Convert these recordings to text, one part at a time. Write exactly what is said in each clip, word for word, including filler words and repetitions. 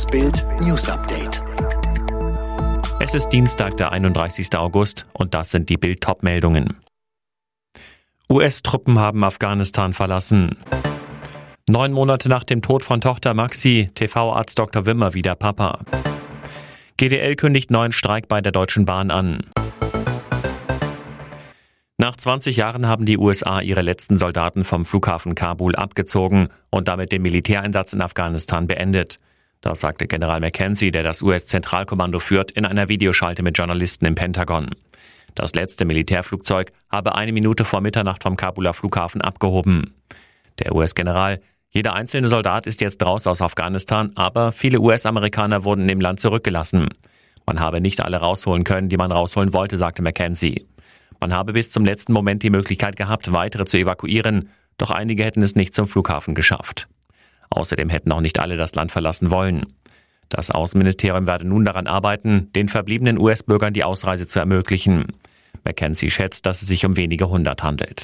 Das Bild News Update. Es ist Dienstag, der einunddreißigster August, und das sind die Bild-Top-Meldungen. U S-Truppen haben Afghanistan verlassen. Neun Monate nach dem Tod von Tochter Maxi, T V-Arzt Doktor Wimmer wieder Papa. G D L kündigt neuen Streik bei der Deutschen Bahn an. Nach zwanzig Jahren haben die U S A ihre letzten Soldaten vom Flughafen Kabul abgezogen und damit den Militäreinsatz in Afghanistan beendet. Das sagte General McKenzie, der das U S-Zentralkommando führt, in einer Videoschalte mit Journalisten im Pentagon. Das letzte Militärflugzeug habe eine Minute vor Mitternacht vom Kabuler Flughafen abgehoben. Der U S-General: Jeder einzelne Soldat ist jetzt raus aus Afghanistan, aber viele U S-Amerikaner wurden im Land zurückgelassen. Man habe nicht alle rausholen können, die man rausholen wollte, sagte McKenzie. Man habe bis zum letzten Moment die Möglichkeit gehabt, weitere zu evakuieren, doch einige hätten es nicht zum Flughafen geschafft. Außerdem hätten auch nicht alle das Land verlassen wollen. Das Außenministerium werde nun daran arbeiten, den verbliebenen U S-Bürgern die Ausreise zu ermöglichen. McKenzie schätzt, dass es sich um wenige hundert handelt.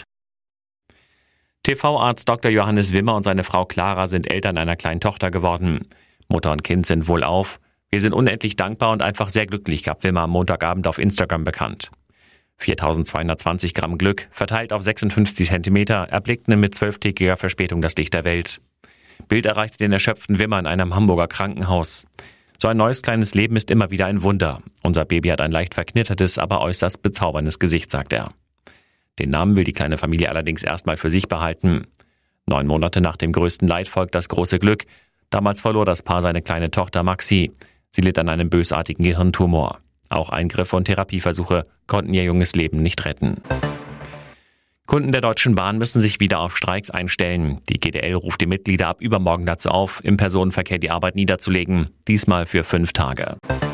T V-Arzt Doktor Johannes Wimmer und seine Frau Clara sind Eltern einer kleinen Tochter geworden. Mutter und Kind sind wohlauf. Wir sind unendlich dankbar und einfach sehr glücklich, gab Wimmer am Montagabend auf Instagram bekannt. viertausendzweihundertzwanzig Gramm Glück, verteilt auf sechsundfünfzig Zentimeter, erblickten mit zwölftägiger Verspätung das Licht der Welt. Bild erreichte den erschöpften Wimmer in einem Hamburger Krankenhaus. So ein neues kleines Leben ist immer wieder ein Wunder. Unser Baby hat ein leicht verknittertes, aber äußerst bezauberndes Gesicht, sagt er. Den Namen will die kleine Familie allerdings erstmal für sich behalten. Neun Monate nach dem größten Leid folgt das große Glück. Damals verlor das Paar seine kleine Tochter Maxi. Sie litt an einem bösartigen Gehirntumor. Auch Eingriffe und Therapieversuche konnten ihr junges Leben nicht retten. Kunden der Deutschen Bahn müssen sich wieder auf Streiks einstellen. Die G D L ruft die Mitglieder ab übermorgen dazu auf, im Personenverkehr die Arbeit niederzulegen, diesmal für fünf Tage.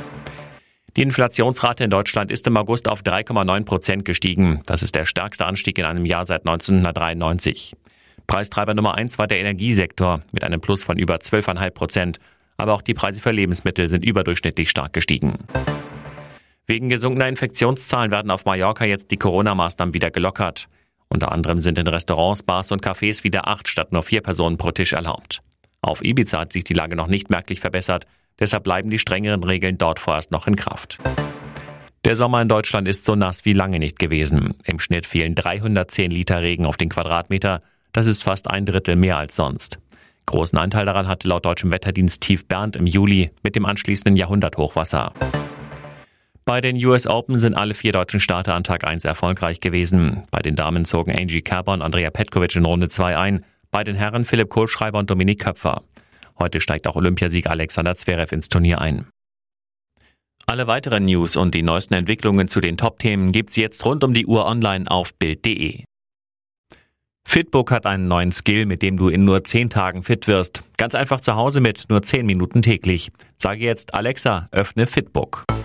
Die Inflationsrate in Deutschland ist im August auf drei Komma neun Prozent gestiegen. Das ist der stärkste Anstieg in einem Jahr seit neunzehnhundertdreiundneunzig. Preistreiber Nummer eins war der Energiesektor mit einem Plus von über zwölf Komma fünf Prozent. Aber auch die Preise für Lebensmittel sind überdurchschnittlich stark gestiegen. Wegen gesunkener Infektionszahlen werden auf Mallorca jetzt die Corona-Maßnahmen wieder gelockert. Unter anderem sind in Restaurants, Bars und Cafés wieder acht statt nur vier Personen pro Tisch erlaubt. Auf Ibiza hat sich die Lage noch nicht merklich verbessert, deshalb bleiben die strengeren Regeln dort vorerst noch in Kraft. Der Sommer in Deutschland ist so nass wie lange nicht gewesen. Im Schnitt fielen dreihundertzehn Liter Regen auf den Quadratmeter. Das ist fast ein Drittel mehr als sonst. Großen Anteil daran hatte laut deutschem Wetterdienst Tief Bernd im Juli mit dem anschließenden Jahrhunderthochwasser. Bei den U S Open sind alle vier deutschen Starter an Tag eins erfolgreich gewesen. Bei den Damen zogen Angie Kerber und Andrea Petkovic in Runde zwei ein. Bei den Herren Philipp Kohlschreiber und Dominik Köpfer. Heute steigt auch Olympiasieger Alexander Zverev ins Turnier ein. Alle weiteren News und die neuesten Entwicklungen zu den Top-Themen gibt's jetzt rund um die Uhr online auf Bild punkt de. Fitbook hat einen neuen Skill, mit dem du in nur zehn Tagen fit wirst. Ganz einfach zu Hause mit nur zehn Minuten täglich. Sage jetzt Alexa, öffne Fitbook.